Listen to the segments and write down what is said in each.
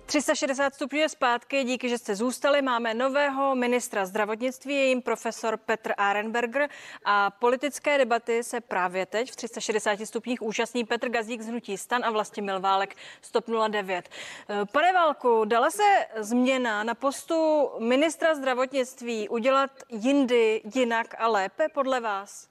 360 stupňů je zpátky, díky, že jste zůstali. Máme nového ministra zdravotnictví, je jim profesor Petr Arenberger a politické debaty se právě teď v 360 stupních účastní Petr Gazdík z hnutí STAN a Vlastimil Válek z TOP 09. Pane Válku, dala se změna na postu ministra zdravotnictví udělat jindy, jinak a lépe podle vás?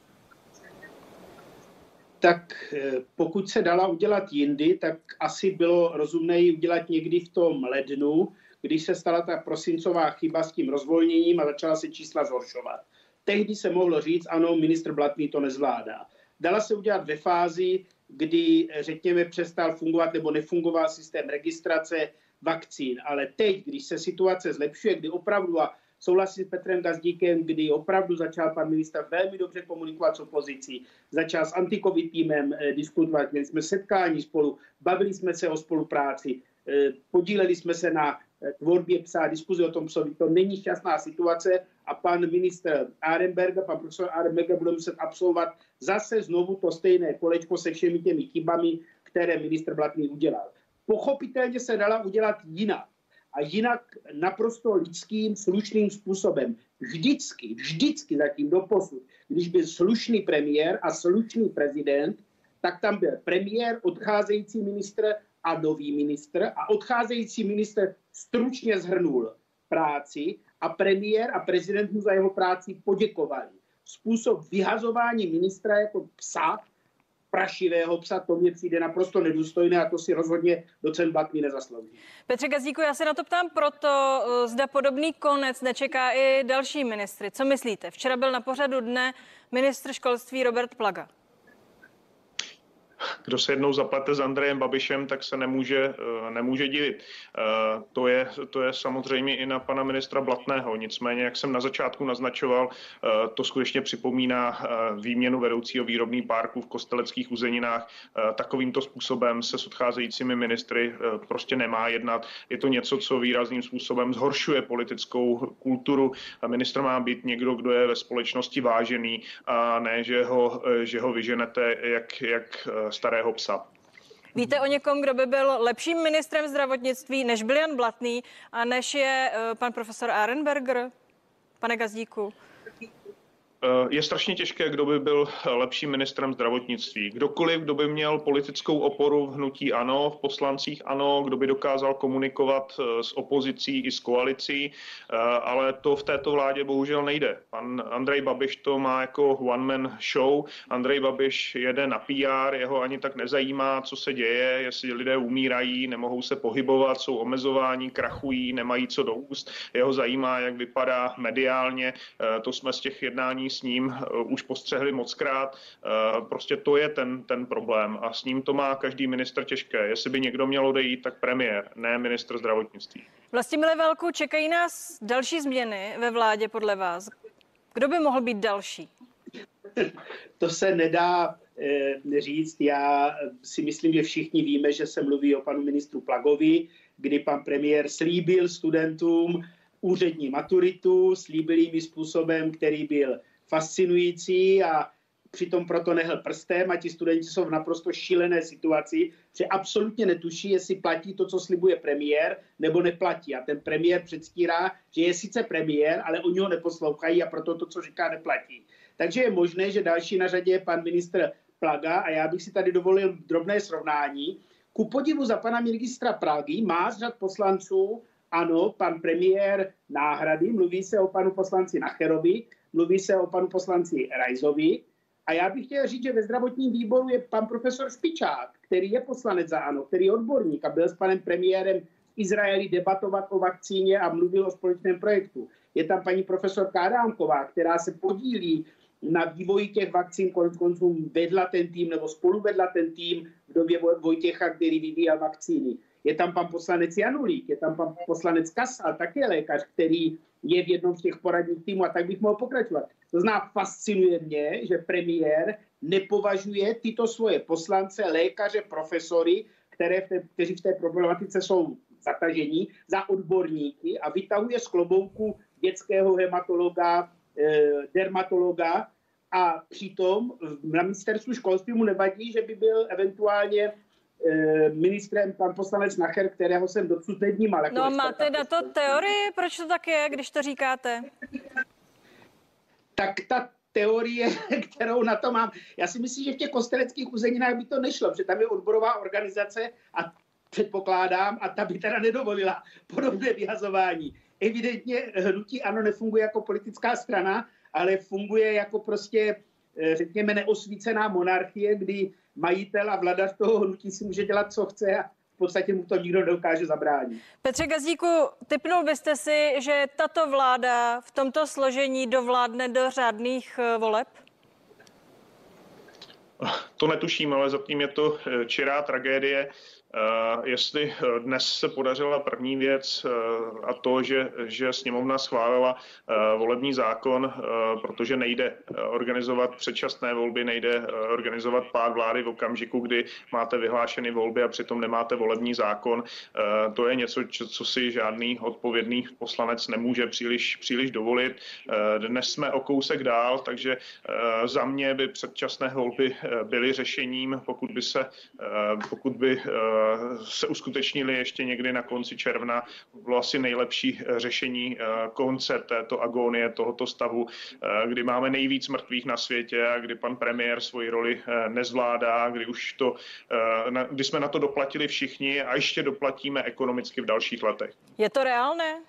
Tak pokud se dala udělat jindy, tak asi bylo rozumné ji udělat někdy v tom lednu, když se stala ta prosincová chyba s tím rozvolněním a začala se čísla zhoršovat. Tehdy se mohlo říct, ano, ministr Blatný to nezvládá. Dala se udělat ve fázi, kdy, řekněme, přestal fungovat nebo nefungoval systém registrace vakcín. Ale teď, když se situace zlepšuje, kdy opravdu, a souhlasím s Petrem Gazdíkem, kdy opravdu začal pan ministr velmi dobře komunikovat s opozicí, začal s anti-covid týmem diskutovat, měli jsme setkání spolu, bavili jsme se o spolupráci, podíleli jsme se na tvorbě psa, diskuzi o tom psovi. To není šťastná situace a pan ministr Arenberger, pan profesor Arenberger bude muset absolvovat zase znovu to stejné kolečko se všemi těmi chybami, které ministr Blatný udělal. Pochopitelně se dala udělat jinak. A jinak naprosto lidským, slušným způsobem. Vždycky zatím doposud, když byl slušný premiér a slušný prezident, tak tam byl premiér, odcházející ministr a nový ministr. A odcházející ministr stručně shrnul práci a premiér a prezident mu za jeho práci poděkovali. Způsob vyhazování ministra jako psa, prašivého psa, to mně přijde naprosto nedůstojné a to si rozhodně docent Blatný nezaslouží. Petře Gazdíku, já se na to ptám proto, zda podobný konec nečeká i další ministry. Co myslíte? Včera byl na pořadu dne ministr školství Robert Plaga. Kdo se jednou zaplete s Andrejem Babišem, tak se nemůže divit. To je samozřejmě i na pana ministra Blatného. Nicméně, jak jsem na začátku naznačoval, to skutečně připomíná výměnu vedoucího výrobní parku v Kosteleckých uzeninách. Takovýmto způsobem se s odcházejícími ministry prostě nemá jednat. Je to něco, co výrazným způsobem zhoršuje politickou kulturu. Ministr má být někdo, kdo je ve společnosti vážený a ne, že ho vyženete jak starého psa. Víte o někom, kdo by byl lepším ministrem zdravotnictví, než byl Jan Blatný a než je pan profesor Arenberger? Pane Gazdíku. Je strašně těžké, kdo by byl lepším ministrem zdravotnictví. Kdokoliv, kdo by měl politickou oporu v hnutí ANO, v poslancích ANO, kdo by dokázal komunikovat s opozicí i s koalicí, ale to v této vládě bohužel nejde. Pan Andrej Babiš to má jako one-man show. Andrej Babiš jede na PR, jeho ani tak nezajímá, co se děje, jestli lidé umírají, nemohou se pohybovat, jsou omezováni, krachují, nemají co do úst. Jeho zajímá, jak vypadá mediálně. To jsme z těch jednání s ním už postřehli mockrát. Prostě to je ten problém a s ním to má každý ministr těžké. Jestli by někdo měl odejít, tak premiér, ne ministr zdravotnictví. Vlastimile Válku, čekají nás další změny ve vládě podle vás. Kdo by mohl být další? To se nedá říct. Já si myslím, že všichni víme, že se mluví o panu ministru Plagovi, kdy pan premiér slíbil studentům úřední maturitu, slíbil jim způsobem, který byl fascinující a přitom proto nehl prstem a ti studenti jsou v naprosto šílené situaci, že absolutně netuší, jestli platí to, co slibuje premiér, nebo neplatí. A ten premiér předstírá, že je sice premiér, ale oni ho neposlouchají a proto to, co říká, neplatí. Takže je možné, že další na řadě je pan ministr Plaga a já bych si tady dovolil drobné srovnání. Ku podivu za pana ministra Plagy má z řad poslanců ano, pan premiér náhrady, mluví se o panu poslanci Nacherovi, mluví se o panu poslanci Rajzovi. A já bych chtěl říct, že ve zdravotním výboru je pan profesor Špičák, který je poslanec za ANO, který je odborník a byl s panem premiérem v Izraeli debatovat o vakcíně a mluvil o společném projektu. Je tam paní profesorka Adámková, která se podílí na vývoji těch vakcín, konců vedla ten tým nebo spolu vedla ten tým v době Vojtěcha, který vyvíjel vakcíny. Je tam pan poslanec Janulík, je tam pan poslanec Kasal, také lékař, který je v jednom z těch poradních týmů a tak bych mohl pokračovat. To znamená, fascinuje mě, že premiér nepovažuje tyto svoje poslance, lékaře, profesory, kteří v té problematice jsou zatažení, za odborníky a vytahuje z klobouku dětského hematologa, dermatologa a přitom na ministerstvu školství mu nevadí, že by byl eventuálně ministrem pan poslanec Nacher, kterého jsem dosud nevnímal. Jako no máte na to teorii, proč to tak je, když to říkáte? Tak ta teorie, kterou na to mám, já si myslím, že v těch kosteleckých uzeninách by to nešlo, protože tam je odborová organizace a předpokládám, a ta by teda nedovolila podobné vyhazování. Evidentně hnutí ANO nefunguje jako politická strana, ale funguje jako prostě, řekněme, neosvícená monarchie, kdy majitel a vladař toho hnutí si může dělat, co chce a v podstatě mu to nikdo nedokáže zabránit. Petře Gazdíku, tipnul byste si, že tato vláda v tomto složení dovládne do řádných voleb? To netuším, ale zatím je to čirá tragédie. Jestli dnes se podařila první věc a to, že sněmovna schválila volební zákon, protože nejde organizovat předčasné volby, nejde organizovat pád vlády v okamžiku, kdy máte vyhlášeny volby a přitom nemáte volební zákon. To je něco, co si žádný odpovědný poslanec nemůže příliš dovolit. Dnes jsme o kousek dál, takže za mě by předčasné volby byly řešením, pokud by se uskutečnili ještě někdy na konci června, bylo asi nejlepší řešení konce této agónie, tohoto stavu, kdy máme nejvíc mrtvých na světě a kdy pan premiér svoji roli nezvládá, kdy jsme na to doplatili všichni a ještě doplatíme ekonomicky v dalších letech. Je to reálné?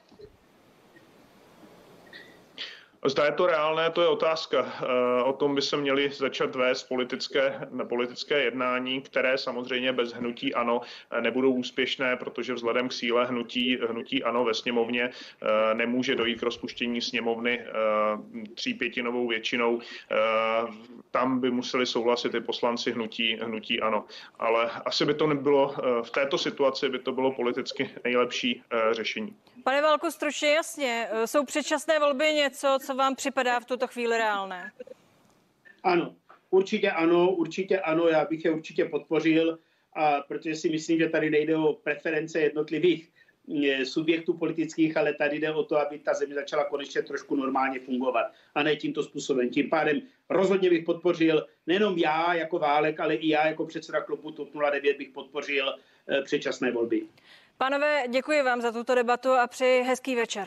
Zda je to reálné, to je otázka. O tom by se měly začat vést politické jednání, které samozřejmě bez hnutí ANO nebudou úspěšné, protože vzhledem k síle hnutí ANO ve sněmovně nemůže dojít k rozpuštění sněmovny 3/5 většinou. Tam by museli souhlasit i poslanci hnutí ANO. Ale asi by to nebylo, v této situaci by to bylo politicky nejlepší řešení. Pane Válku, stručně jasně, jsou předčasné volby něco, co vám připadá v tuto chvíli reálné? Ano, určitě ano, já bych je určitě podpořil, protože si myslím, že tady nejde o preference jednotlivých subjektů politických, ale tady jde o to, aby ta země začala konečně trošku normálně fungovat a ne tímto způsobem. Tím pádem rozhodně bych podpořil, nejenom já jako Válek, ale i já jako předseda klubu TOP 09 bych podpořil předčasné volby. Pánové, děkuji vám za tuto debatu a přeji hezký večer.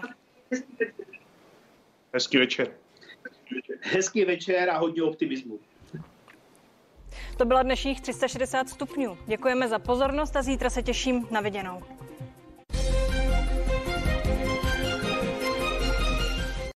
Hezký večer. Hezký večer a hodně optimismu. To byla dnešních 360 stupňů. Děkujeme za pozornost a zítra se těším na viděnou.